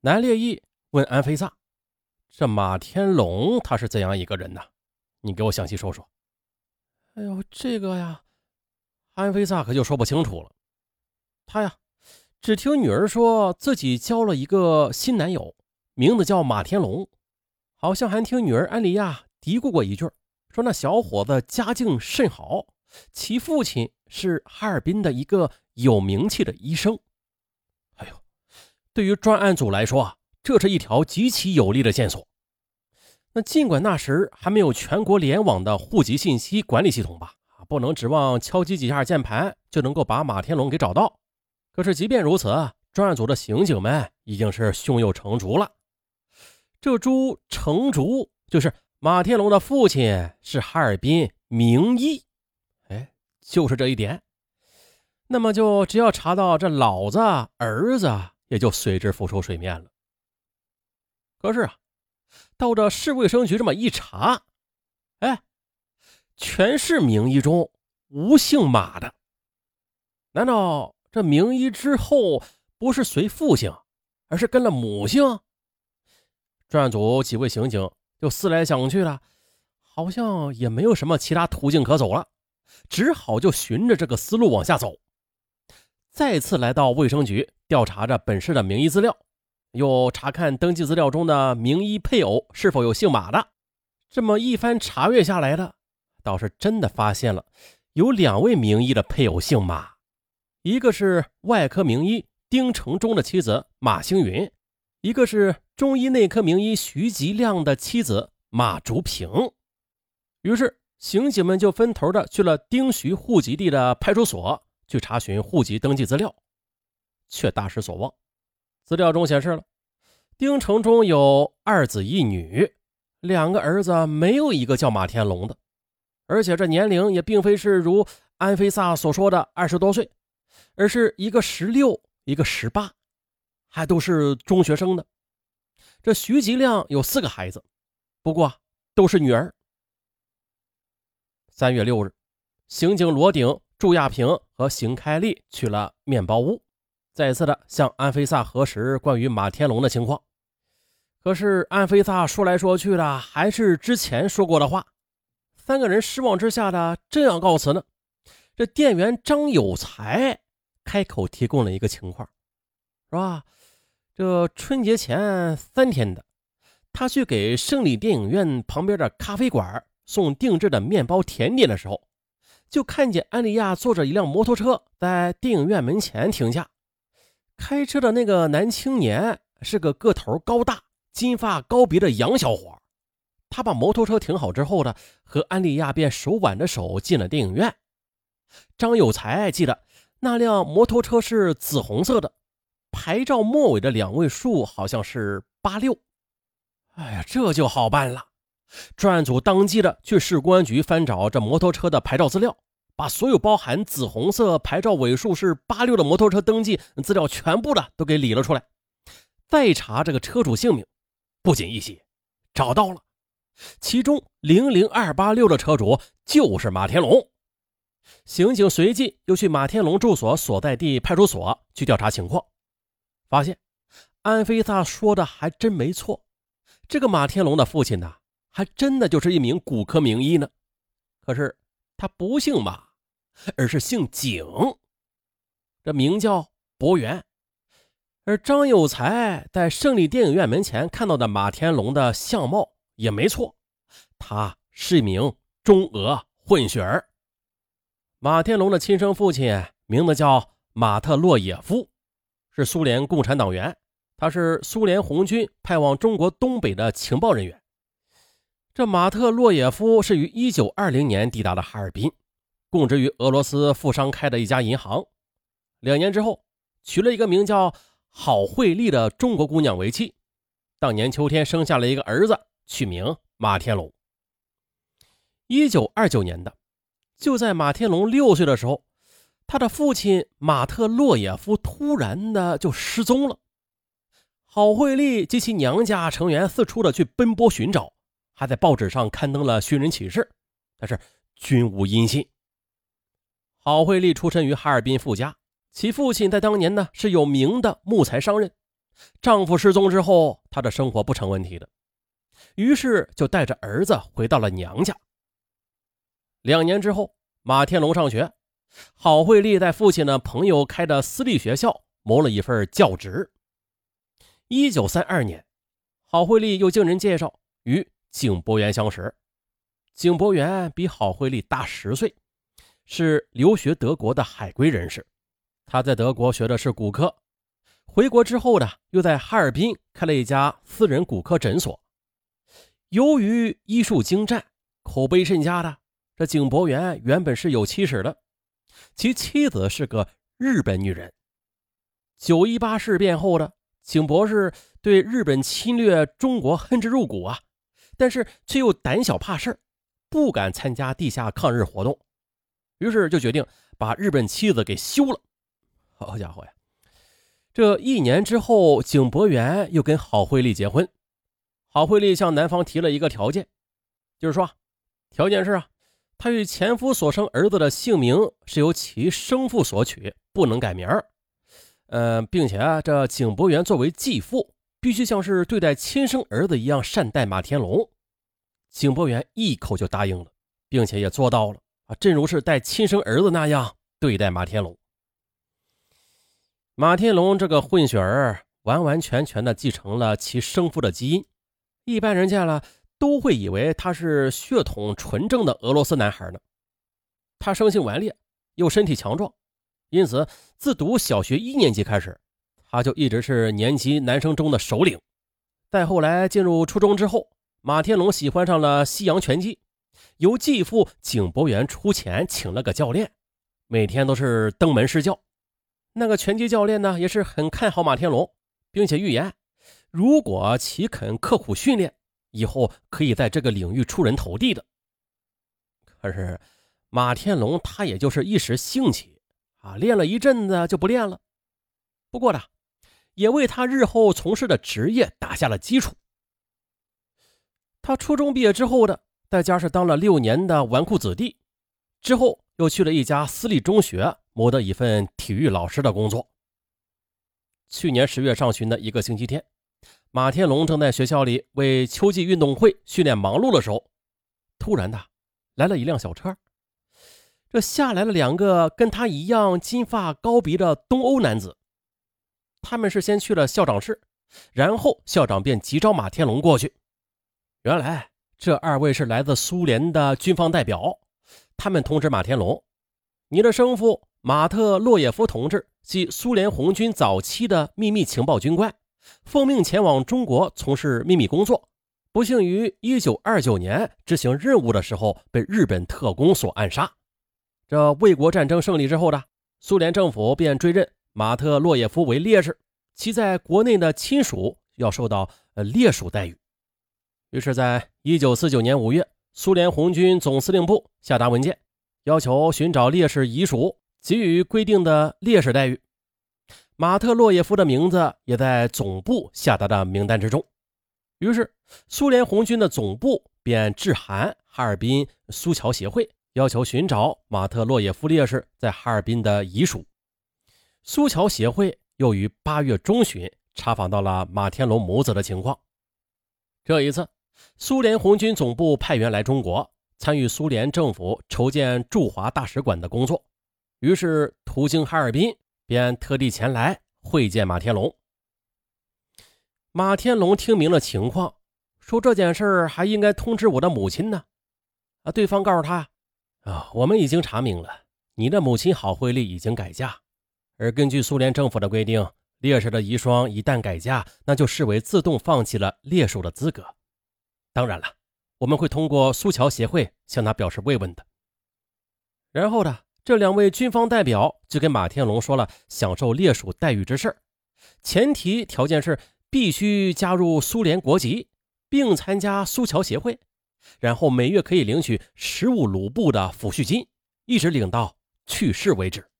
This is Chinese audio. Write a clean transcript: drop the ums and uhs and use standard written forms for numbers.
南烈义问安菲萨：“这马天龙他是怎样一个人呢？你给我详细说说。”哎呦，这个呀，安菲萨可就说不清楚了。他呀，只听女儿说自己交了一个新男友，名字叫马天龙，好像还听女儿安利亚嘀咕过一句，说那小伙子家境甚好，其父亲是哈尔滨的一个有名气的医生。哎呦，对于专案组来说啊，这是一条极其有利的线索。那尽管那时还没有全国联网的户籍信息管理系统吧，不能指望敲击几下键盘就能够把马天龙给找到。可是即便如此，专案组的刑警们已经是胸有成竹了。这株成竹就是马天龙的父亲是哈尔滨名医，就是这一点。那么就只要查到这老子儿子，也就随之浮出水面了。可是啊，到这市卫生局这么一查，全市名医中无姓马的。难道这名医之后不是随父姓，而是跟了母姓？专案组几位刑警就思来想去了，好像也没有什么其他途径可走了，只好就循着这个思路往下走。再次来到卫生局调查着本市的名医资料，又查看登记资料中的名医配偶是否有姓马的。这么一番查阅下来的，倒是真的发现了有2位名医的配偶姓马，一个是外科名医丁承忠的妻子马星云，一个是中医内科名医徐吉亮的妻子马竹平。于是刑警们就分头的去了丁徐户籍地的派出所去查询户籍登记资料，却大失所望。资料中显示了丁承忠有2子1女，2个儿子没有一个叫马天龙的，而且这年龄也并非是如安菲萨所说的20多岁，而是一个16，一个18，还都是中学生的。这徐吉亮有4个孩子，不过都是女儿。3月6日，刑警罗鼎、祝亚平和邢开利去了面包屋，再次的向安菲萨核实关于马天龙的情况。可是安菲萨说来说去的还是之前说过的话。3个人失望之下的正要告辞呢，这店员张有才开口提供了一个情况，是吧？这春节前3天的，他去给胜利电影院旁边的咖啡馆送定制的面包甜点的时候，就看见安利亚坐着一辆摩托车在电影院门前停下。开车的那个男青年是个个头高大、金发高鼻的洋小伙。他把摩托车停好之后呢，和安利亚便手挽着手进了电影院。张有才记得那辆摩托车是紫红色的，牌照末尾的2位数好像是86。哎呀，这就好办了。专案组当即的去市公安局翻找这摩托车的牌照资料，把所有包含紫红色牌照尾数是86的摩托车登记资料全部的都给理了出来。再查这个车主姓名，不仅一喜，找到了，其中00286的车主就是马天龙。刑警随即又去马天龙住所所在地派出所去调查情况，发现安菲萨说的还真没错，这个马天龙的父亲呢，还真的就是一名骨科名医呢。可是他不姓马，而是姓景，这名叫博元。而张有才在胜利电影院门前看到的马天龙的相貌也没错，他是一名中俄混血儿。马天龙的亲生父亲名字叫马特洛耶夫，是苏联共产党员，他是苏联红军派往中国东北的情报人员。这马特洛耶夫是于1920年抵达的哈尔滨，供职于俄罗斯富商开的一家银行。2年之后，娶了一个名叫郝慧丽的中国姑娘为妻，当年秋天生下了一个儿子，取名马天龙。1929年的，就在马天龙6岁的时候，他的父亲马特洛耶夫突然的就失踪了。郝慧丽及其娘家成员四处的去奔波寻找，还在报纸上刊登了寻人启事，但是均无音信。郝慧丽出身于哈尔滨富家，其父亲在当年呢是有名的木材商人， 丈夫失踪之后，她的生活不成问题的，于是就带着儿子回到了娘家。2年之后，马天龙上学，郝慧丽在父亲的朋友开的私立学校谋了一份教职。1932年，郝慧丽又经人介绍与景伯元相识。景伯元比郝慧丽大10岁，是留学德国的海归人士。他在德国学的是骨科，回国之后呢，又在哈尔滨开了一家私人骨科诊所。由于医术精湛，口碑甚佳的，这景伯元原本是有妻室的，其妻子是个日本女人。918事变后的景博士对日本侵略中国恨之入骨啊，但是却又胆小怕事，不敢参加地下抗日活动，于是就决定把日本妻子给休了。好家伙呀！这1年之后，景伯元又跟郝慧丽结婚。郝慧丽向男方提了一个条件，就是说，条件是啊，她与前夫所生儿子的姓名是由其生父所取，不能改名。并且这景伯元作为继父，必须像是对待亲生儿子一样善待马天龙。景伯元一口就答应了，并且也做到了啊，正如是待亲生儿子那样对待马天龙。马天龙这个混血儿完完全全的继承了其生父的基因，一般人见了都会以为他是血统纯正的俄罗斯男孩呢。他生性顽劣，又身体强壮，因此自读小学1年级开始，他就一直是年级男生中的首领。再后来进入初中之后，马天龙喜欢上了西洋拳击，由继父景伯元出钱请了个教练，每天都是登门施教。那个拳击教练呢，也是很看好马天龙，并且预言如果其肯刻苦训练，以后可以在这个领域出人头地的。可是马天龙他也就是一时兴起啊，练了一阵子就不练了。不过呢，也为他日后从事的职业打下了基础。他初中毕业之后的，在家是当了6年的纨绔子弟，之后又去了一家私立中学，谋得一份体育老师的工作。去年10月上旬的一个星期天，马天龙正在学校里为秋季运动会训练忙碌的时候，突然的来了一辆小车，这下来了2个跟他一样金发高鼻的东欧男子。他们是先去了校长室，然后校长便急召马天龙过去。原来这2位是来自苏联的军方代表，他们通知马天龙，你的生父马特洛耶夫同志系苏联红军早期的秘密情报军官，奉命前往中国从事秘密工作，不幸于1929年执行任务的时候被日本特工所暗杀。这卫国战争胜利之后的苏联政府便追认马特洛耶夫为烈士，其在国内的亲属要受到烈属待遇。于是在1949年5月，苏联红军总司令部下达文件，要求寻找烈士遗属，给予规定的烈士待遇。马特洛耶夫的名字也在总部下达的名单之中。于是苏联红军的总部便致函哈尔滨苏侨协会，要求寻找马特洛耶夫烈士在哈尔滨的遗属。苏侨协会又于8月中旬查访到了马天龙母子的情况。这一次苏联红军总部派员来中国，参与苏联政府筹建驻华大使馆的工作，于是途经哈尔滨，便特地前来会见马天龙。马天龙听明了情况，说这件事还应该通知我的母亲呢。对方告诉他，我们已经查明了，你的母亲郝慧丽已经改嫁，而根据苏联政府的规定，烈士的遗孀一旦改嫁，那就视为自动放弃了烈属的资格。当然了，我们会通过苏侨协会向他表示慰问的。然后呢，这2位军方代表就跟马天龙说了享受烈属待遇之事，前提条件是必须加入苏联国籍，并参加苏侨协会，然后每月可以领取15卢布的抚恤金，一直领到去世为止。